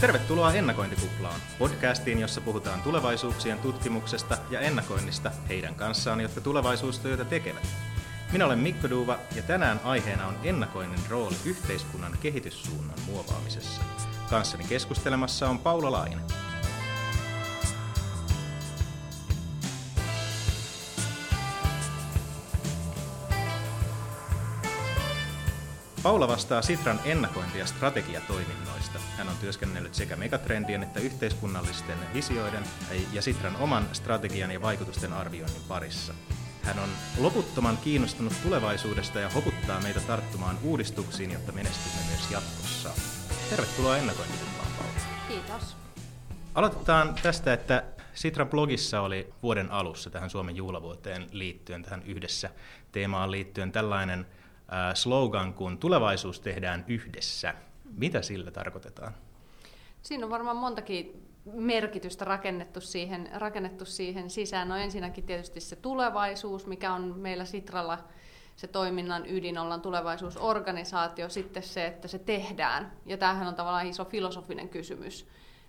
Tervetuloa Ennakointikuplaan, podcastiin, jossa puhutaan tulevaisuuksien tutkimuksesta ja ennakoinnista heidän kanssaan, jotka tulevaisuustyötä tekevät. Minä olen Mikko Duva ja tänään aiheena on ennakoinnin rooli yhteiskunnan kehityssuunnan muovaamisessa. Kanssani keskustelemassa on Paula Laine. Paula vastaa Sitran ennakointi- ja strategiatoiminnoista. Hän on työskennellyt sekä megatrendien että yhteiskunnallisten visioiden ja Sitran oman strategian ja vaikutusten arvioinnin parissa. Hän on loputtoman kiinnostunut tulevaisuudesta ja hoputtaa meitä tarttumaan uudistuksiin, jotta menestymme myös jatkossa. Tervetuloa ennakointikuplaan, Paula. Kiitos. Aloitetaan tästä, että Sitran blogissa oli vuoden alussa tähän Suomen juhlavuoteen liittyen, tähän yhdessä teemaan liittyen tällainen slogan, kun tulevaisuus tehdään yhdessä. Mitä sillä tarkoitetaan? Siinä on varmaan montakin merkitystä rakennettu siihen sisään. No ensinnäkin tietysti se tulevaisuus, mikä on meillä Sitralla se toiminnan ydin, ollaan tulevaisuusorganisaatio, sitten se, että se tehdään. Ja tämähän on tavallaan iso filosofinen kysymys.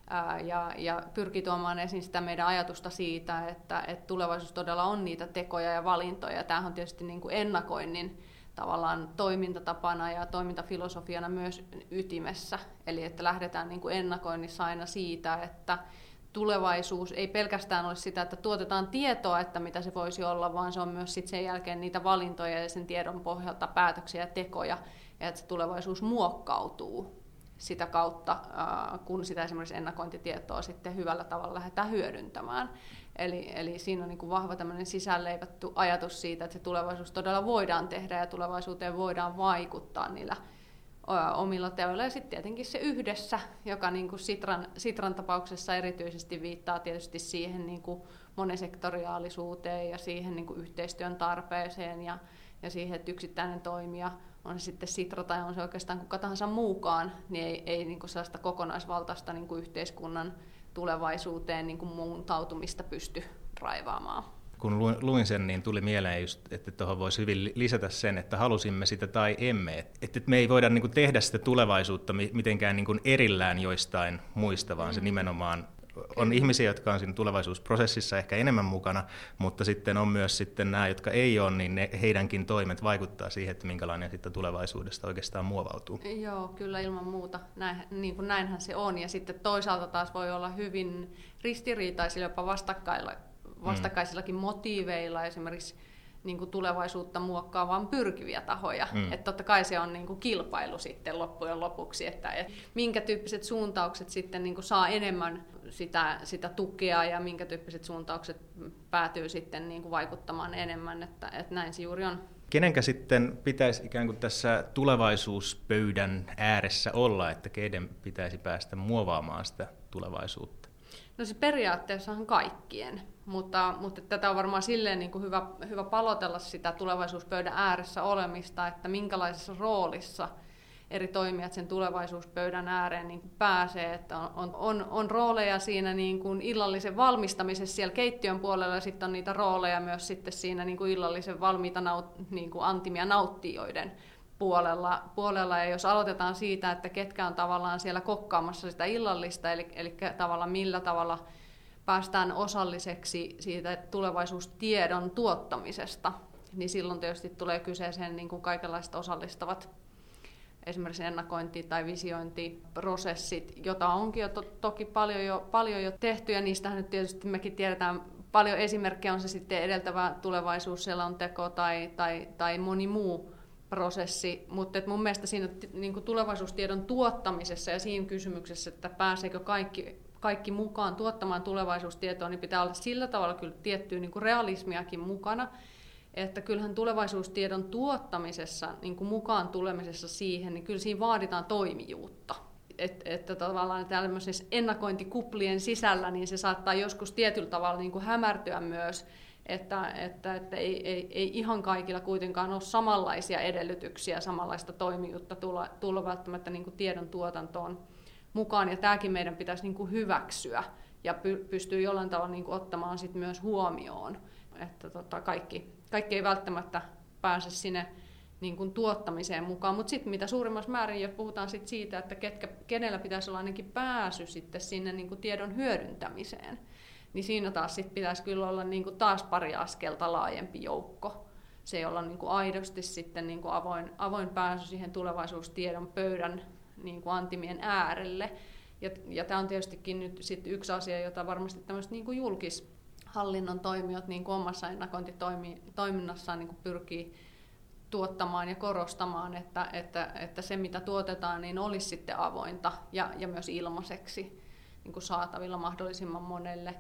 Ja pyrkii tuomaan esiin sitä meidän ajatusta siitä, että tulevaisuus todella on niitä tekoja ja valintoja. Tämähän on tietysti niin kuin ennakoinnin tavallaan toimintatapana ja toimintafilosofiana myös ytimessä. Eli että lähdetään niin kuin ennakoinnissa aina siitä, että tulevaisuus ei pelkästään ole sitä, että tuotetaan tietoa, että mitä se voisi olla, vaan se on myös sit sen jälkeen niitä valintoja ja sen tiedon pohjalta päätöksiä ja tekoja, ja että se tulevaisuus muokkautuu sitä kautta, kun sitä esimerkiksi ennakointitietoa sitten hyvällä tavalla lähdetään hyödyntämään. Eli siinä on niin kuin vahva tämmöinen sisäänleivattu ajatus siitä, että se tulevaisuus todella voidaan tehdä ja tulevaisuuteen voidaan vaikuttaa niillä omilla teoilla. Ja sitten tietenkin se yhdessä, joka niin kuin Sitran tapauksessa erityisesti viittaa tietysti siihen niin kuin monesektoriaalisuuteen ja siihen niin kuin yhteistyön tarpeeseen ja siihen, että yksittäinen toimija, on se sitten Sitra tai on se oikeastaan kuka tahansa muukaan, niin ei niin kuin sellaista kokonaisvaltaista niin kuin yhteiskunnan tulevaisuuteen niin kuin muuntautumista pysty raivaamaan. Kun luin sen, niin tuli mieleen just, että tuohon voisi hyvin lisätä sen, että halusimme sitä tai emme. Että me ei voida niin kuin tehdä sitä tulevaisuutta mitenkään niin kuin erillään joistain muista, vaan se nimenomaan on ihmisiä, jotka on siinä tulevaisuusprosessissa ehkä enemmän mukana, mutta sitten on myös sitten nämä, jotka ei ole, niin heidänkin toimet vaikuttaa siihen, että minkälainen sitten tulevaisuudesta oikeastaan muovautuu. Joo, kyllä ilman muuta. Näinhän se on. Ja sitten toisaalta taas voi olla hyvin ristiriitaisilla, jopa vastakkaisillakin motiiveilla, esimerkiksi niin kuin tulevaisuutta muokkaavaan pyrkiviä tahoja. Että totta kai se on niin kuin kilpailu sitten loppujen lopuksi, että minkä tyyppiset suuntaukset sitten niin kuin saa enemmän sitä tukea ja minkä tyyppiset suuntaukset päätyy sitten niin kuin vaikuttamaan enemmän, että näin se juuri on. Kenenkä sitten pitäisi ikään kuin tässä tulevaisuuspöydän ääressä olla, että keiden pitäisi päästä muovaamaan sitä tulevaisuutta? No se periaatteessahan kaikkien, mutta tätä on varmaan silleen niin kuin hyvä palotella sitä tulevaisuuspöydän ääressä olemista, että minkälaisessa roolissa eri toimijat sen tulevaisuuspöydän ääreen niin kuin pääsee, että on rooleja siinä niin kuin illallisen valmistamisessa siellä keittiön puolella ja sitten on niitä rooleja myös sitten siinä niin kuin illallisen valmiita niin kuin antimia nauttijoiden puolella. Ja jos aloitetaan siitä, että ketkä on tavallaan siellä kokkaamassa sitä illallista, eli tavallaan millä tavalla päästään osalliseksi siitä tulevaisuustiedon tuottamisesta, niin silloin tietysti tulee kyseeseen niin kuin kaikenlaiset osallistavat esimerkiksi ennakointi- tai visiointiprosessit, jota onkin jo toki paljon jo tehty, ja niistähän nyt tietysti mekin tiedetään paljon esimerkkejä, on se sitten edeltävä tulevaisuusselonteko tai moni muu prosessi, mutta mun mielestä siinä niin kuin tulevaisuustiedon tuottamisessa ja siinä kysymyksessä, että pääseekö kaikki mukaan tuottamaan tulevaisuustietoa, niin pitää olla sillä tavalla kyllä tiettyä niin kuin realismiakin mukana, että kyllähän tulevaisuustiedon tuottamisessa, niin kuin mukaan tulemisessa siihen, niin kyllä siinä vaaditaan toimijuutta. Että tavallaan tällaisessa ennakointikuplien sisällä, niin se saattaa joskus tietyllä tavalla niin kuin hämärtyä myös, että ei ihan kaikilla kuitenkaan ole samanlaisia edellytyksiä, samanlaista toimijuutta tulla välttämättä niin kuin tiedon tuotantoon mukaan, ja tämäkin meidän pitäisi niin kuin hyväksyä ja pystyy jollain tavalla niin kuin ottamaan sit myös huomioon, että kaikki ei välttämättä pääse sinne niin kuin tuottamiseen mukaan. Mutta sitten mitä suurimmassa määrin, jos puhutaan sit siitä, että kenellä pitäisi olla ainakin pääsy sitten sinne niin kuin tiedon hyödyntämiseen, niin siinä taas sit pitäisi kyllä olla niin kuin taas pari askelta laajempi joukko. Se ei olla niin kuin aidosti sitten niin kuin avoin pääsy siihen tulevaisuustiedon pöydän niin kuin antimien äärelle. Ja tämä on tietystikin nyt sit yksi asia, jota varmasti tämmöiset niin kuin julkishallinnon toimijat niin kuin omassa ennakointitoiminnassaan niin kuin pyrkii tuottamaan ja korostamaan, että se mitä tuotetaan niin olisi sitten avointa ja myös ilmaiseksi niin kuin saatavilla mahdollisimman monelle.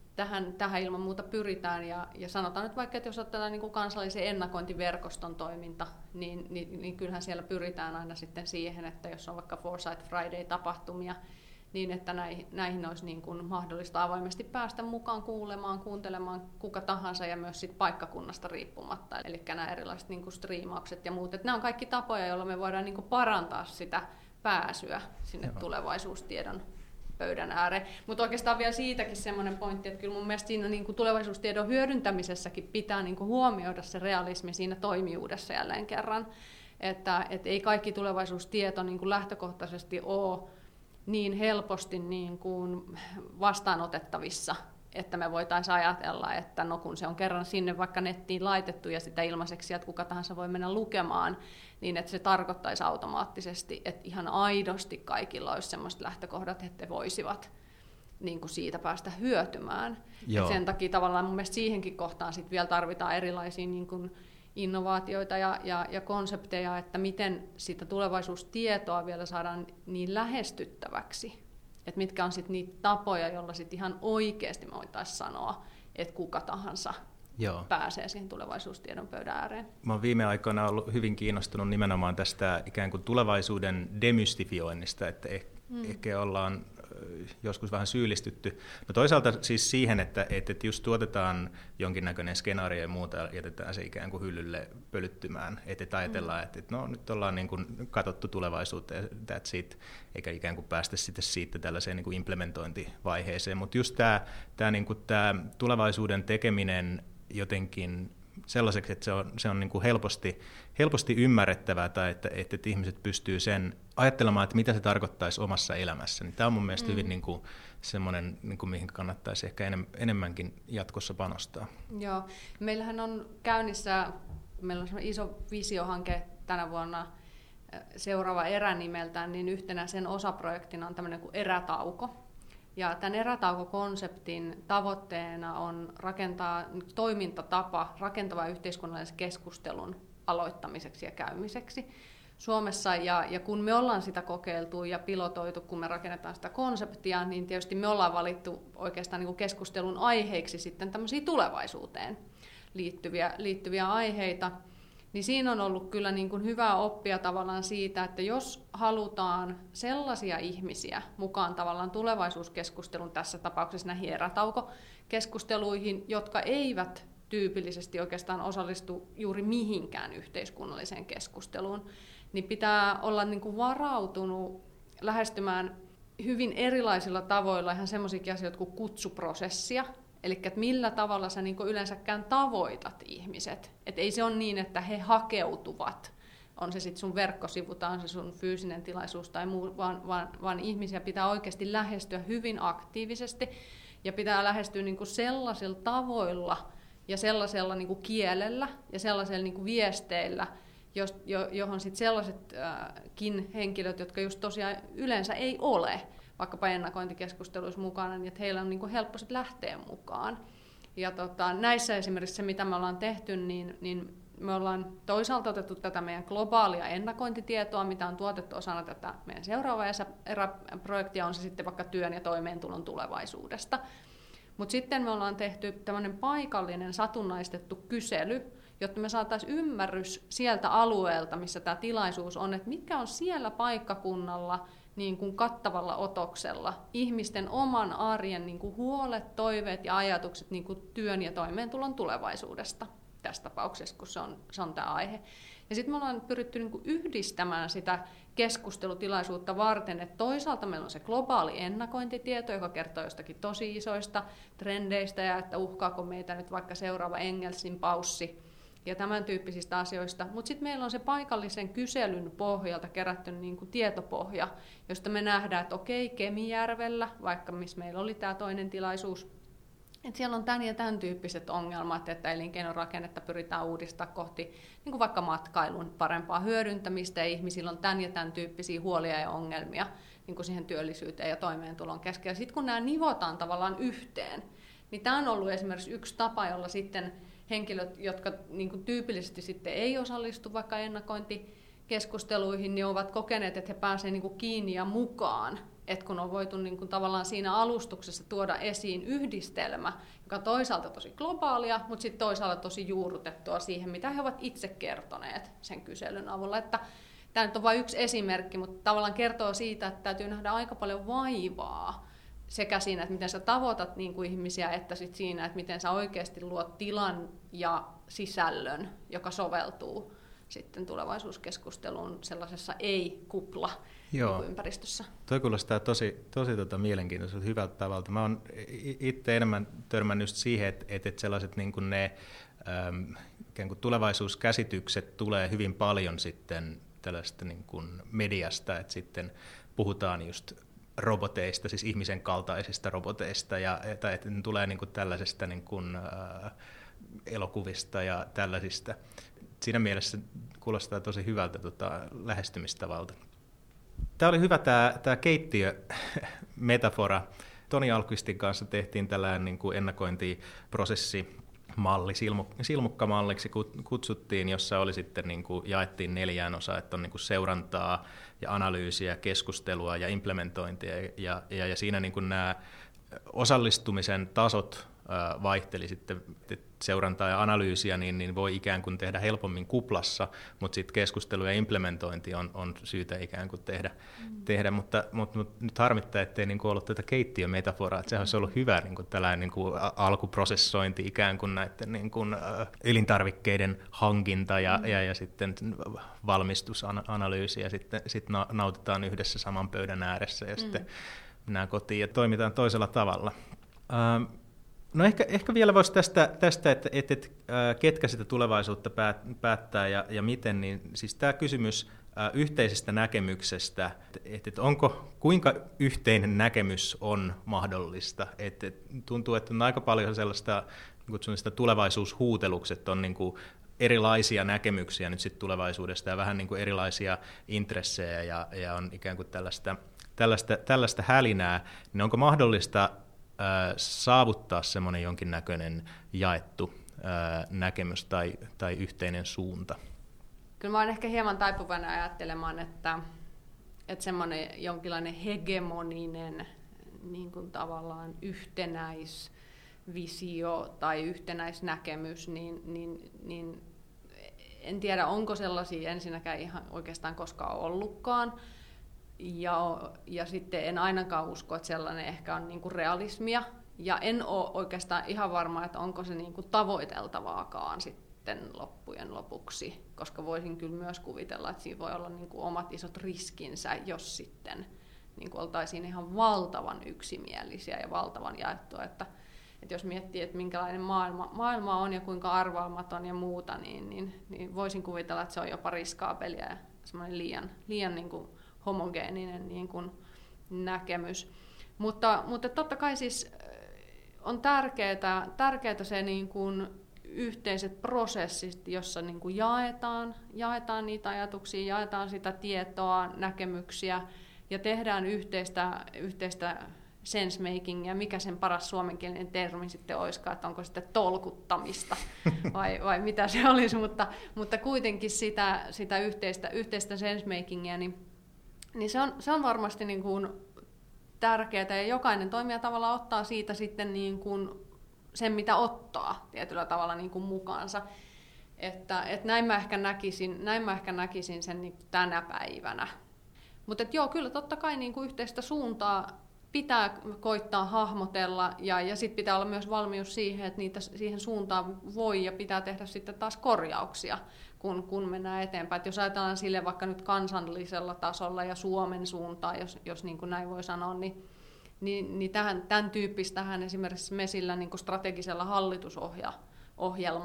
Tähän ilman muuta pyritään ja sanotaan nyt vaikka, että jos otetaan niin kuin kansallisen ennakointiverkoston toiminta, niin kyllähän siellä pyritään aina sitten siihen, että jos on vaikka Foresight Friday-tapahtumia, niin että näihin olisi niin kuin mahdollista avoimesti päästä mukaan kuuntelemaan kuka tahansa ja myös sit paikkakunnasta riippumatta. Eli nämä erilaiset niin kuin striimaukset ja muut. Että nämä on kaikki tapoja, joilla me voidaan niin kuin parantaa sitä pääsyä sinne tulevaisuustiedon pöydän ääreen. Mutta oikeastaan vielä siitäkin semmoinen pointti, että kyllä mun mielestä siinä niin kuin tulevaisuustiedon hyödyntämisessäkin pitää niin kuin huomioida se realismi siinä toimijuudessa jälleen kerran. Että ei kaikki tulevaisuustieto niin kuin lähtökohtaisesti ole niin helposti niin kuin vastaanotettavissa, että me voitaisiin ajatella, että no kun se on kerran sinne vaikka nettiin laitettu ja sitä ilmaiseksi, että kuka tahansa voi mennä lukemaan, niin että se tarkoittaisi automaattisesti, että ihan aidosti kaikilla olisi sellaiset lähtökohdat, että he voisivat niin kuin siitä päästä hyötymään. Sen takia tavallaan mun mielestä siihenkin kohtaan sit vielä tarvitaan erilaisia niin kuin innovaatioita ja konsepteja, että miten sitä tulevaisuustietoa vielä saadaan niin lähestyttäväksi, että mitkä on sitten niitä tapoja, joilla sitten ihan oikeasti me voitaisiin sanoa, että kuka tahansa pääsee siihen tulevaisuustiedon pöydän ääreen. Mä oon viime aikoina ollut hyvin kiinnostunut nimenomaan tästä ikään kuin tulevaisuuden demystifioinnista, että ehkä ollaan joskus vähän syyllistytty. No toisaalta siis siihen, että just tuotetaan jonkinnäköinen skenaario ja muuta, jätetään se ikään kuin hyllylle pölyttymään, että ajatellaan, että no nyt ollaan niin kuin katsottu tulevaisuutta ja that's it, eikä ikään kuin päästä sitten siitä tällaiseen niin kuin implementointivaiheeseen. Mutta just tämä niin kuin tämä tulevaisuuden tekeminen jotenkin sellaiseksi, että se on niin kuin helposti ymmärrettävää tai että ihmiset pystyy sen ajattelemaan, että mitä se tarkoittaisi omassa elämässä. Niin tämä on mun mielestä hyvin niin kuin semmoinen, niin kuin mihin kannattaisi ehkä enemmänkin jatkossa panostaa. Joo. Meillähän on käynnissä, meillä on iso visiohanke tänä vuonna, seuraava erä nimeltään, niin yhtenä sen osaprojektina on tämmöinen kuin erätauko. Ja tämän erätaukokonseptin tavoitteena on rakentaa toimintatapa rakentavan yhteiskunnallisen keskustelun aloittamiseksi ja käymiseksi Suomessa. Ja kun me ollaan sitä kokeiltu ja pilotoitu, kun me rakennetaan sitä konseptia, niin tietysti me ollaan valittu oikeastaan niin kuin keskustelun aiheiksi sitten tämmöisiä tulevaisuuteen liittyviä aiheita. Niin siinä on ollut kyllä niin kuin hyvää oppia tavallaan siitä, että jos halutaan sellaisia ihmisiä mukaan tavallaan tulevaisuuskeskustelun, tässä tapauksessa näihin erätaukokeskusteluihin, jotka eivät tyypillisesti oikeastaan osallistu juuri mihinkään yhteiskunnalliseen keskusteluun, niin pitää olla niin kuin varautunut lähestymään hyvin erilaisilla tavoilla ihan semmoisiakin asioita kuin kutsuprosessia. Eli että millä tavalla sä niin yleensäkään tavoitat ihmiset. Et ei se ole niin, että he hakeutuvat, on se sitten sun verkkosivu tai on se sun fyysinen tilaisuus tai muu, vaan ihmisiä pitää oikeasti lähestyä hyvin aktiivisesti ja pitää lähestyä niin sellaisilla tavoilla ja sellaisella niin kielellä ja sellaisella niin viesteillä, johon sitten sellaisetkin henkilöt, jotka just tosiaan yleensä ei ole, vaikkapa ennakointikeskusteluissa mukana, niin että heillä on niin kuin helppo sit lähteä mukaan. Ja näissä esimerkiksi se, mitä me ollaan tehty, niin me ollaan toisaalta otettu tätä meidän globaalia ennakointitietoa, mitä on tuotettu osana tätä meidän seuraavaa projektia, on se sitten vaikka työn ja toimeentulon tulevaisuudesta. Mutta sitten me ollaan tehty tämmöinen paikallinen satunnaistettu kysely, jotta me saataisiin ymmärrys sieltä alueelta, missä tämä tilaisuus on, että mitkä on siellä paikkakunnalla niin kuin kattavalla otoksella ihmisten oman arjen niin kuin huolet, toiveet ja ajatukset niin kuin työn ja toimeentulon tulevaisuudesta tässä tapauksessa, kun se on tämä aihe. Ja sitten me ollaan pyritty niin kuin yhdistämään sitä keskustelutilaisuutta varten, että toisaalta meillä on se globaali ennakointitieto, joka kertoo jostakin tosi isoista trendeistä ja että uhkaako meitä nyt vaikka seuraava Engelsin paussi ja tämän tyyppisistä asioista. Mutta sitten meillä on se paikallisen kyselyn pohjalta kerätty niin kuin tietopohja, josta me nähdään, että okei, Kemijärvellä, vaikka missä meillä oli tämä toinen tilaisuus, että siellä on tämän ja tämän tyyppiset ongelmat, että elinkeinorakennetta pyritään uudistamaan kohti niin kuin vaikka matkailun parempaa hyödyntämistä, ja ihmisillä on tämän ja tämän tyyppisiä huolia ja ongelmia niin kuin siihen työllisyyteen ja toimeentulon kesken. Ja sitten kun nämä nivotaan tavallaan yhteen, niin tämä on ollut esimerkiksi yksi tapa, jolla sitten henkilöt, jotka niin kuin tyypillisesti sitten ei osallistu vaikka ennakointikeskusteluihin, niin ovat kokeneet, että he pääsevät niin kuin kiinni ja mukaan. Että kun on voitu niin kuin tavallaan siinä alustuksessa tuoda esiin yhdistelmä, joka on toisaalta tosi globaalia, mutta sitten toisaalta tosi juurrutettua siihen, mitä he ovat itse kertoneet sen kyselyn avulla. Että tämä nyt on vain yksi esimerkki, mutta tavallaan kertoo siitä, että täytyy nähdä aika paljon vaivaa sekä siinä, että miten sä tavoitat niin kuin ihmisiä, että sit siinä, että miten sä oikeasti luot tilan ja sisällön, joka soveltuu sitten tulevaisuuskeskusteluun sellaisessa ei-kupla ympäristössä. Toi kuulostaa tosi mielenkiintoiselta, hyvältä tavalla. Mä oon itse enemmän törmännyt siihen, että sellaiset niin kuin ne ikään kuin tulevaisuuskäsitykset tulee hyvin paljon sitten tällaista niin kuin mediasta, että sitten puhutaan just roboteista, siis ihmisen kaltaisista roboteista, tai että ne tulee niin kuin tällaisesta niin kuin, elokuvista ja tällaisista. Siinä mielessä kuulostaa tosi hyvältä lähestymistavalta. Tämä oli hyvä tämä keittiömetafora. Toni Alkvistin kanssa tehtiin tällainen niin kuin ennakointiprosessimalli, silmukkamalliksi kutsuttiin, jossa oli sitten niin kuin jaettiin 4 osaan, että on niin kuin seurantaa ja analyysiä, keskustelua ja implementointia, ja siinä niin kuin nämä osallistumisen tasot vaihteli sitten, seurantaa ja analyysiä, niin voi ikään kuin tehdä helpommin kuplassa, mutta sitten keskustelu ja implementointi on syytä ikään kuin tehdä. Mutta nyt harmittaa, ettei niin kuin ollut tätä keittiömetaforaa, että sehän olisi ollut hyvä niin kuin tällainen niin kuin alkuprosessointi ikään kuin näiden niin kuin elintarvikkeiden hankinta ja sitten valmistusanalyysi ja sitten nautitaan yhdessä saman pöydän ääressä ja sitten mennään kotiin ja toimitaan toisella tavalla. No ehkä vielä voisi tästä että ketkä sitä tulevaisuutta päättää ja miten, niin siis tämä kysymys yhteisestä näkemyksestä, että kuinka yhteinen näkemys on mahdollista. Että tuntuu, että on aika paljon sellaista, kutsun sitä tulevaisuushuutelukset on niin kuin erilaisia näkemyksiä nyt sit tulevaisuudesta ja vähän niin kuin erilaisia intressejä ja on ikään kuin tällaista hälinää, niin onko mahdollista saavuttaa semmoinen jonkinnäköinen jaettu näkemys tai yhteinen suunta? Kyllä mä olen ehkä hieman taipuvainen ajattelemaan, että semmoinen jonkinlainen hegemoninen niin kuin tavallaan yhtenäisvisio tai yhtenäisnäkemys, niin en tiedä, onko sellaisia ensinnäkään ihan oikeastaan koskaan ollutkaan. Ja sitten en ainakaan usko, että sellainen ehkä on niin kuin realismia. Ja en ole oikeastaan ihan varma, että onko se niin kuin tavoiteltavaakaan sitten loppujen lopuksi. Koska voisin kyllä myös kuvitella, että siinä voi olla niin kuin omat isot riskinsä, jos sitten niin kuin oltaisiin ihan valtavan yksimielisiä ja valtavan jaettua. Että jos miettii, että minkälainen maailma on ja kuinka arvaamaton ja muuta, niin voisin kuvitella, että se on jopa riskaapelia ja semmoinen liian niin kuin homogeeninen niin kuin näkemys. Mutta totta kai siis on tärkeää se niin kuin yhteiset prosessit, jossa niin kuin jaetaan niitä ajatuksia, jaetaan sitä tietoa, näkemyksiä ja tehdään yhteistä sense-makingia, mikä sen paras suomenkielinen termi sitten olisikaan, että onko sitten tolkuttamista vai mitä se olisi, mutta kuitenkin sitä yhteistä sense-makingia, niin se on varmasti niin kuin tärkeää ja jokainen toimija tavallaan ottaa siitä sitten niin kuin sen, mitä ottaa tietyllä tavalla niin kuin mukaansa. Että näin mä ehkä näkisin sen niin kuin tänä päivänä. Mutta joo, kyllä totta kai niin kuin yhteistä suuntaa pitää koittaa hahmotella ja sitten pitää olla myös valmius siihen, että siihen suuntaan voi ja pitää tehdä sitten taas korjauksia, kun mennään eteenpäin. Et jos ajatellaan sille vaikka nyt kansallisella tasolla ja Suomen suuntaan, jos niin kuin näin voi sanoa, niin tämän tyyppistähän esimerkiksi Mesillä niin kuin strategisella hallitusohjelma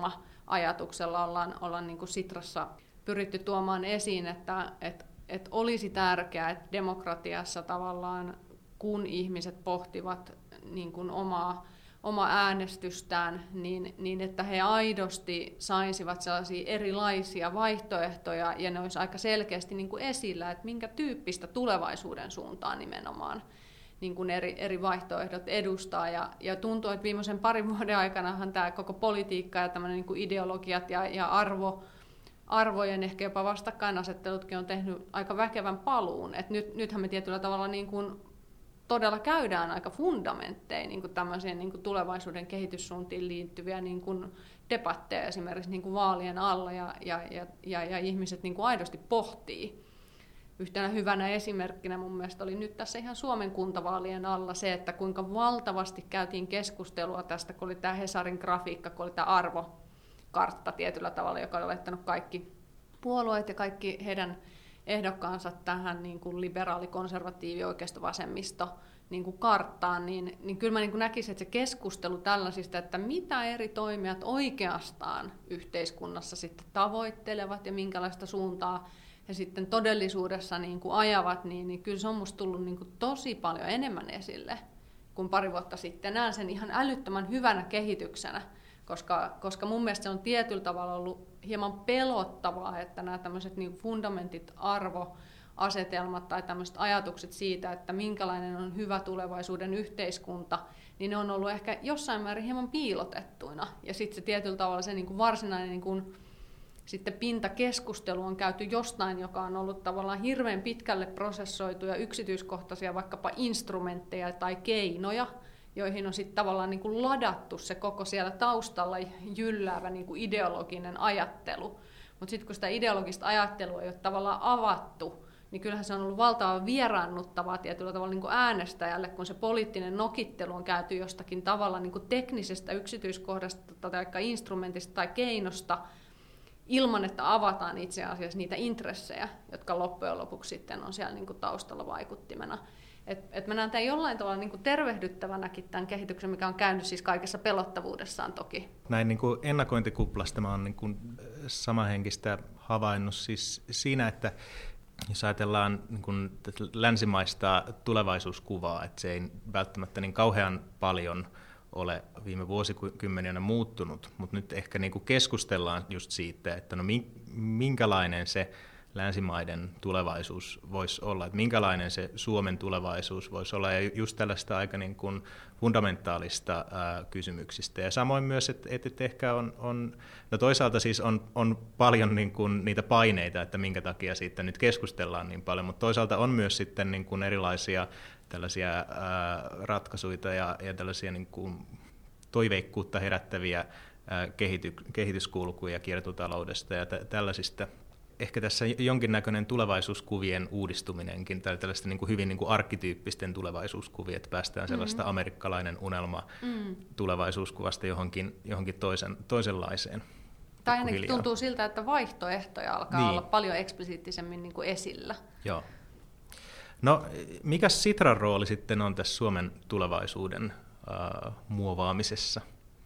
ajatuksella ollaan niin kuin Sitrassa pyritty tuomaan esiin, että olisi tärkeää, että demokratiassa tavallaan, kun ihmiset pohtivat niin kuin omaa äänestystään, niin että he aidosti saisivat sellaisia erilaisia vaihtoehtoja, ja ne olisi aika selkeästi niin kuin esillä, että minkä tyyppistä tulevaisuuden suuntaa nimenomaan niin kuin eri vaihtoehdot edustaa. Ja tuntuu, että viimeisen parin vuoden aikanahan tämä koko politiikka ja tämmöinen niin kuin ideologiat ja arvojen ehkä jopa vastakkainasettelutkin on tehnyt aika väkevän paluun. Et nythän me tietyllä tavalla niin kuin todella käydään aika fundamentteja niin kuin tämmöisiin niin kuin tulevaisuuden kehityssuuntiin liittyviä niin kuin debatteja esimerkiksi niin kuin vaalien alla, ja ihmiset niin kuin aidosti pohtii. Yhtenä hyvänä esimerkkinä mun mielestä oli nyt tässä ihan Suomen kuntavaalien alla se, että kuinka valtavasti käytiin keskustelua tästä, kun oli tämä Hesarin grafiikka, kun oli tämä arvokartta tietyllä tavalla, joka oli laittanut kaikki puolueet ja kaikki heidän ehdokkaansa tähän niin kuin liberaali, konservatiivi, oikeisto-vasemmisto niin kuin karttaan, niin kyllä mä niin kuin näkisin, että se keskustelu tällaisista, että mitä eri toimijat oikeastaan yhteiskunnassa sitten tavoittelevat ja minkälaista suuntaa he sitten todellisuudessa niin kuin ajavat, niin kyllä se on musta tullut niin kuin tosi paljon enemmän esille kuin pari vuotta sitten. Näen sen ihan älyttömän hyvänä kehityksenä, koska mun mielestä se on tietyllä tavalla ollut hieman pelottavaa, että nämä tämmöiset niin fundamentit, arvoasetelmat tai tämmöiset ajatukset siitä, että minkälainen on hyvä tulevaisuuden yhteiskunta, niin ne on ollut ehkä jossain määrin hieman piilotettuina. Ja sitten se tietyllä tavalla se niin kuin varsinainen niin kuin sitten pintakeskustelu on käyty jostain, joka on ollut tavallaan hirveän pitkälle prosessoituja yksityiskohtaisia vaikkapa instrumentteja tai keinoja, joihin on sitten tavallaan niin kuin ladattu se koko siellä taustalla jylläävä niin kuin ideologinen ajattelu. Mutta sitten kun sitä ideologista ajattelua ei ole tavallaan avattu, niin kyllähän se on ollut valtavan vieraannuttavaa tietyllä tavalla niin kuin äänestäjälle, kun se poliittinen nokittelu on käyty jostakin tavalla niin kuin teknisestä yksityiskohdasta tai instrumentista tai keinosta, ilman että avataan itse asiassa niitä intressejä, jotka loppujen lopuksi sitten on siellä niin kuin taustalla vaikuttimena. Et mä näen tämän jollain tavalla niin kuin tervehdyttävänäkin tämän kehityksen, mikä on käynyt siis kaikessa pelottavuudessaan toki. Näin niin kuin ennakointikuplasta mä oon niin kuin samanhenkistä havainnut siis siinä, että jos ajatellaan niin kuin länsimaista tulevaisuuskuvaa, että se ei välttämättä niin kauhean paljon ole viime vuosikymmeninä muuttunut, mutta nyt ehkä niin kuin keskustellaan just siitä, että no minkälainen se länsimaiden tulevaisuus voisi olla, että minkälainen se Suomen tulevaisuus voisi olla, ja just tällaista aika niin kuin fundamentaalista kysymyksistä. Ja samoin myös, että ehkä no toisaalta siis on paljon niin kuin niitä paineita, että minkä takia siitä nyt keskustellaan niin paljon, mutta toisaalta on myös sitten niin kuin erilaisia tällaisia ratkaisuja ja tällaisia niin kuin toiveikkuutta herättäviä kehityskulkuja kiertotaloudesta ja tällaisista. Ehkä tässä jonkinnäköinen tulevaisuuskuvien uudistuminenkin, tai tällaista niin kuin hyvin niin kuin arkkityyppisten tulevaisuuskuvia, että päästään sellaista amerikkalainen unelma tulevaisuuskuvasta johonkin toisenlaiseen. Tai ainakin tuntuu siltä, että vaihtoehtoja alkaa olla paljon eksplisiittisemmin niin kuin esillä. Joo. No, mikä Sitran rooli sitten on tässä Suomen tulevaisuuden muovaamisessa?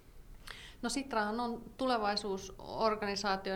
No Sitrahan on tulevaisuusorganisaatio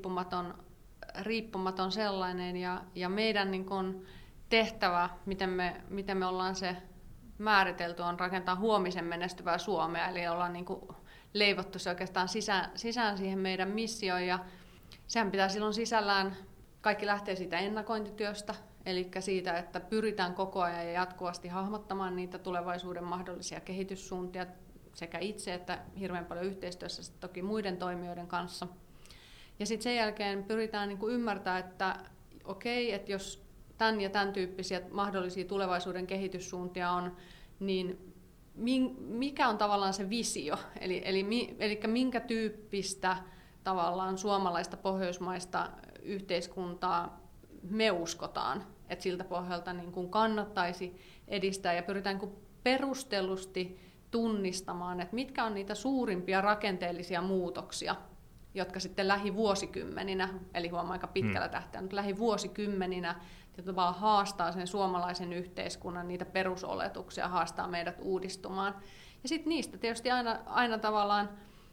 riippumaton sellainen, ja meidän niin kuin tehtävä, miten me ollaan se määritelty, on rakentaa huomisen menestyvää Suomea, eli ollaan niin kuin leivottu se oikeastaan sisään siihen meidän missioon, ja sehän pitää silloin sisällään, kaikki lähtee siitä ennakointityöstä, eli siitä, että pyritään koko ajan ja jatkuvasti hahmottamaan niitä tulevaisuuden mahdollisia kehityssuuntia, sekä itse että hirveän paljon yhteistyössä toki muiden toimijoiden kanssa. Ja sitten sen jälkeen pyritään niin kuin ymmärtämään, että okei, että jos tämän ja tämän tyyppisiä mahdollisia tulevaisuuden kehityssuuntia on, niin mikä on tavallaan se visio? Eli minkä tyyppistä tavallaan suomalaista pohjoismaista yhteiskuntaa me uskotaan, että siltä pohjalta niin kuin kannattaisi edistää, ja pyritään niin kuin perustellusti tunnistamaan, että mitkä on niitä suurimpia rakenteellisia muutoksia, jotka sitten lähivuosikymmeninä, eli huomaa aika pitkällä tähtäimellä, mutta lähivuosikymmeninä vaan haastaa sen suomalaisen yhteiskunnan niitä perusoletuksia, haastaa meidät uudistumaan. Ja sitten niistä tietysti aina tavallaan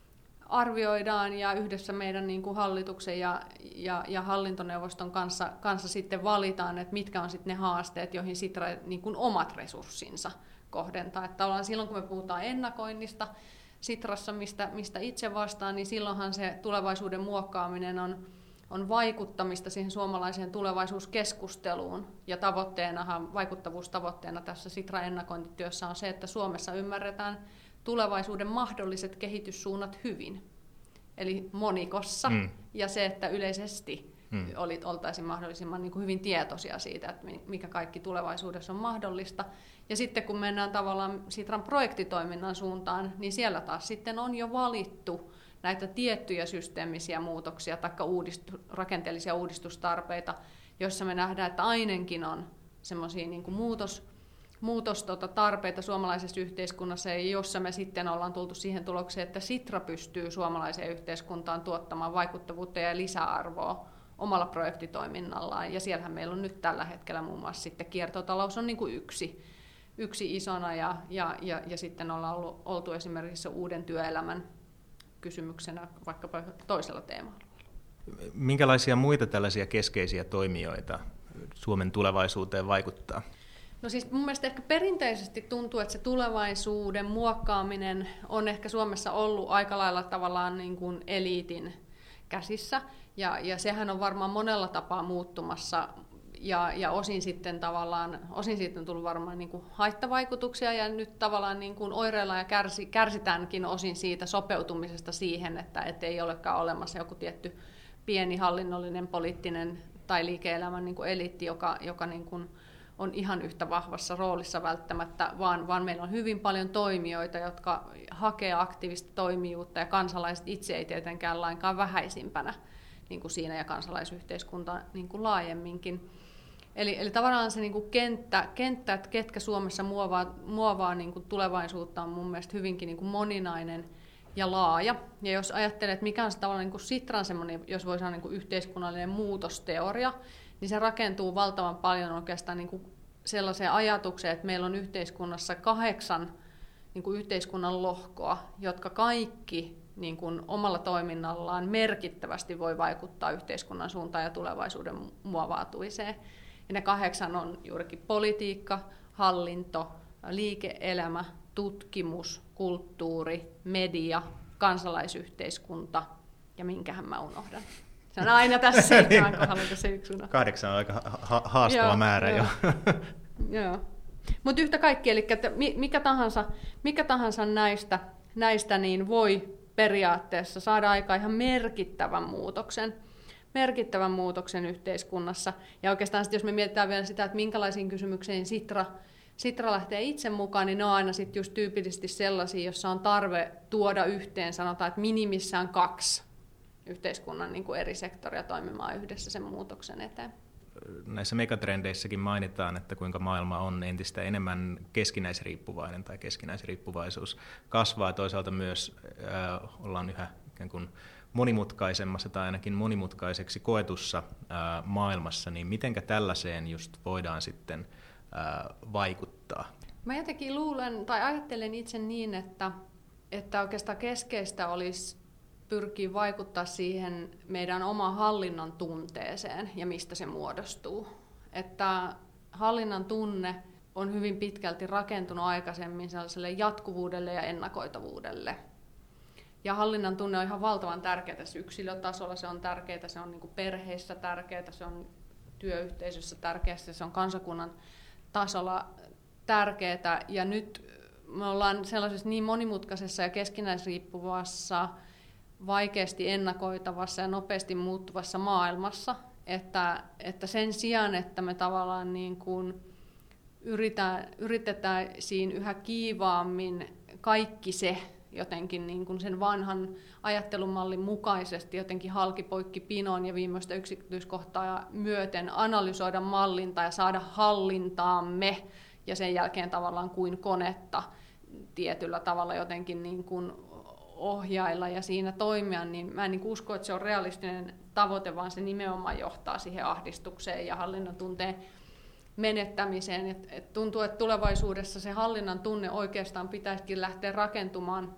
arvioidaan ja yhdessä meidän niin kuin hallituksen ja hallintoneuvoston kanssa sitten valitaan, että mitkä on sitten ne haasteet, joihin Sitra niin kuin omat resurssinsa kohdentaa. Että silloin kun me puhutaan ennakoinnista Sitrassa, mistä itse vastaan, niin silloinhan se tulevaisuuden muokkaaminen on vaikuttamista siihen suomalaiseen tulevaisuuskeskusteluun. Ja vaikuttavuustavoitteena tässä Sitra-ennakointityössä on se, että Suomessa ymmärretään tulevaisuuden mahdolliset kehityssuunnat hyvin. Eli monikossa. Ja se, että yleisesti oltaisiin mahdollisimman niin kuin hyvin tietoisia siitä, että mikä kaikki tulevaisuudessa on mahdollista. Ja sitten kun mennään tavallaan Sitran projektitoiminnan suuntaan, niin siellä taas sitten on jo valittu näitä tiettyjä systeemisiä muutoksia tai rakenteellisia uudistustarpeita, joissa me nähdään, että ainakin on semmoisia niin kuin muutostarpeita suomalaisessa yhteiskunnassa, ja jossa me sitten ollaan tultu siihen tulokseen, että Sitra pystyy suomalaiseen yhteiskuntaan tuottamaan vaikuttavuutta ja lisäarvoa omalla projektitoiminnallaan. Ja siellähän meillä on nyt tällä hetkellä muun muassa sitten kiertotalous on niin kuin yksi isona, ja sitten ollaan oltu esimerkiksi uuden työelämän kysymyksenä vaikkapa toisella teemalla. Minkälaisia muita tällaisia keskeisiä toimijoita Suomen tulevaisuuteen vaikuttaa? No siis mun mielestä ehkä perinteisesti tuntuu, että se tulevaisuuden muokkaaminen on ehkä Suomessa ollut aika lailla tavallaan niin kuin eliitin käsissä, ja sehän on varmaan monella tapaa muuttumassa, ja osin sitten tavallaan, siitä on tullut varmaan niin kuin haittavaikutuksia, ja nyt tavallaan niin kuin oireillaan ja kärsitäänkin osin siitä sopeutumisesta siihen, että ei olekaan olemassa joku tietty pieni hallinnollinen, poliittinen tai liike-elämän niin kuin eliitti, joka niin kuin on ihan yhtä vahvassa roolissa välttämättä, vaan meillä on hyvin paljon toimijoita, jotka hakee aktiivista toimijuutta, ja kansalaiset itse ei tietenkään lainkaan vähäisimpänä niin kuin siinä, ja kansalaisyhteiskunta niin kuin laajemminkin. Eli tavallaan se niin kuin kenttä, että ketkä Suomessa muovaa niin kuin tulevaisuutta, on mun mielestä hyvinkin niin kuin moninainen ja laaja. Ja jos ajattelee, että mikä on se tavallaan niin kuin Sitran semmoinen, jos voi sanoa niin kuin yhteiskunnallinen muutosteoria, niin se rakentuu valtavan paljon oikeastaan niin kuin sellaiseen ajatukseen, että meillä on yhteiskunnassa 8 niin kuin yhteiskunnan lohkoa, jotka kaikki niin kuin omalla toiminnallaan merkittävästi voi vaikuttaa yhteiskunnan suuntaan ja tulevaisuuden muovautumiseen. Ja ne 8 on juurikin politiikka, hallinto, liike-elämä, tutkimus, kulttuuri, media, kansalaisyhteiskunta ja minkähän mä unohdan. Se on aina tässä 7 kohdalla tässä yksi unohdan. 8 on aika haastava määrä jo. Joo. Mutta yhtä kaikki, eli että mikä tahansa näistä niin voi periaatteessa saada aikaan ihan merkittävän muutoksen yhteiskunnassa. Ja oikeastaan sit, jos me mietitään vielä sitä, että minkälaisiin kysymyksiin Sitra lähtee itse mukaan, niin ne on aina sit just tyypillisesti sellaisia, jossa on tarve tuoda yhteen, sanotaan, että minimissään 2 yhteiskunnan niin kuin eri sektoria toimimaan yhdessä sen muutoksen eteen. Näissä megatrendeissäkin mainitaan, että kuinka maailma on entistä enemmän keskinäisriippuvainen tai keskinäisriippuvaisuus kasvaa. Toisaalta myös ollaan yhä ikään kuin monimutkaisemmassa tai ainakin monimutkaiseksi koetussa maailmassa, niin mitenkä tällaiseen just voidaan sitten vaikuttaa? Mä jotenkin luulen tai ajattelen itse niin, että oikeastaan keskeistä olisi pyrkii vaikuttaa siihen meidän oman hallinnan tunteeseen ja mistä se muodostuu. Että hallinnan tunne on hyvin pitkälti rakentunut aikaisemmin sellaiselle jatkuvuudelle ja ennakoitavuudelle. Ja hallinnan tunne on ihan valtavan tärkeää yksilötasolla, se on tärkeää, se on niin kuin perheissä tärkeää, se on työyhteisössä tärkeää, se on kansakunnan tasolla tärkeää. Ja nyt me ollaan sellaisessa niin monimutkaisessa ja keskinäisriippuvassa, vaikeasti ennakoitavassa ja nopeasti muuttuvassa maailmassa, että sen sijaan, että me tavallaan niin kuin yritetään siinä yhä kiivaammin kaikki se jotenkin niin kuin sen vanhan ajattelumallin mukaisesti jotenkin halki poikki pinon ja viimeistä yksityiskohtaa myöten analysoida mallinta ja saada hallintaamme ja sen jälkeen tavallaan kuin konetta tietyllä tavalla jotenkin niin kuin ohjailla ja siinä toimia, niin mä en niin usko, että se on realistinen tavoite, vaan se nimenomaan johtaa siihen ahdistukseen ja hallinnan tunteen menettämiseen. Et tuntuu, että tulevaisuudessa se hallinnan tunne oikeastaan pitäisikin lähteä rakentumaan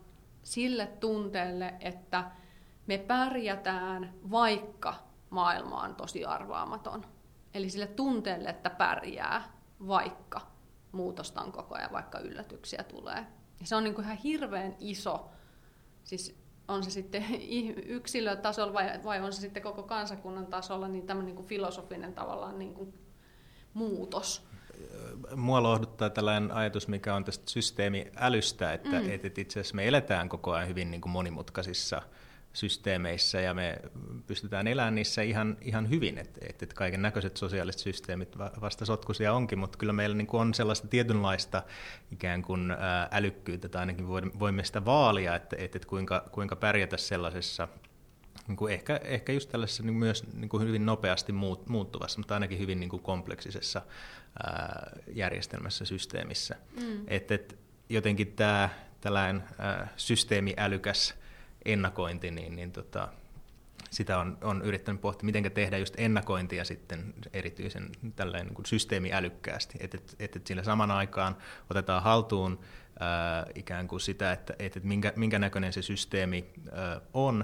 sille tunteelle, että me pärjätään, vaikka maailma on tosi arvaamaton. Eli sille tunteelle, että pärjää, vaikka muutosta on koko ajan, vaikka yllätyksiä tulee. Ja se on niin kuin ihan hirveän iso, siis on se sitten yksilötasolla vai on se sitten koko kansakunnan tasolla, niin tämmöinen niin kuin filosofinen tavallaan niin kuin muutos. Mua lohduttaa tällainen ajatus, mikä on tästä systeemiälystä, että itse asiassa me eletään koko ajan hyvin niin kuin monimutkaisissa systeemeissä ja me pystytään elämään niissä ihan hyvin, että kaiken näköiset sosiaaliset systeemit vasta sotkuisia onkin, mutta kyllä meillä niin kuin on sellaista tietynlaista ikään kuin älykkyyttä, tai ainakin voimme sitä vaalia, että kuinka pärjätä sellaisessa, niin kuin ehkä just tällaisessa niin myös niin kuin hyvin nopeasti muuttuvassa, mutta ainakin hyvin niin kuin kompleksisessa järjestelmässä, systeemissä. Että jotenkin tämä tällainen systeemiälykäs ennakointi, niin sitä on yrittänyt pohtia, miten tehdä just ennakointia sitten erityisen tällainen niin kuin systeemiälykkäästi, että sillä saman aikaan otetaan haltuun ikään kuin sitä, että minkä näköinen se systeemi on,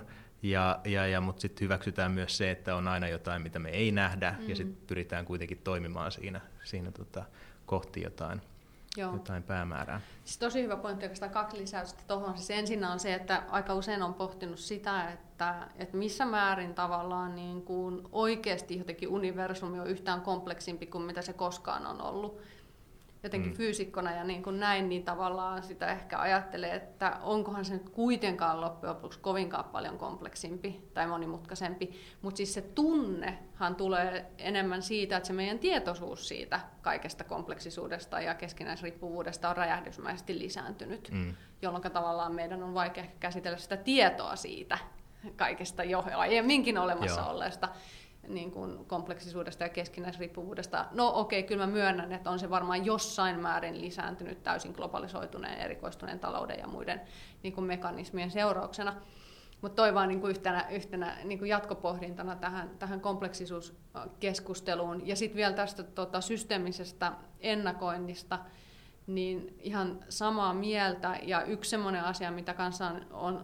mutta sitten hyväksytään myös se, että on aina jotain, mitä me ei nähdä, ja sitten pyritään kuitenkin toimimaan siinä kohti jotain päämäärää. Siis tosi hyvä pointti, oikeastaan 2 lisäystä tuohon. Siis ensinnä on se, että aika usein on pohtinut sitä, että missä määrin tavallaan niin kuin oikeasti jotenkin universumi on yhtään kompleksimpi kuin mitä se koskaan on ollut. Jotenkin fyysikkona ja niin kuin näin, niin tavallaan sitä ehkä ajattelee, että onkohan se nyt kuitenkaan loppujen lopuksi kovinkaan paljon kompleksimpi tai monimutkaisempi. Mutta siis se tunnehan tulee enemmän siitä, että se meidän tietoisuus siitä kaikesta kompleksisuudesta ja keskinäisriippuvuudesta on räjähdysmäisesti lisääntynyt, jolloin tavallaan meidän on vaikea käsitellä sitä tietoa siitä kaikesta jo aiemminkin olemassa olleesta niin kuin kompleksisuudesta ja keskinäisriippuvuudesta. No okei, kyllä mä myönnän, että on se varmaan jossain määrin lisääntynyt täysin globalisoituneen, erikoistuneen talouden ja muiden niin kuin mekanismien seurauksena. Mutta toi vaan niin kuin yhtenä niin kuin jatkopohdintana tähän kompleksisuuskeskusteluun. Ja sitten vielä tästä systeemisestä ennakoinnista, niin ihan samaa mieltä. Ja yksi semmoinen asia, mitä kanssa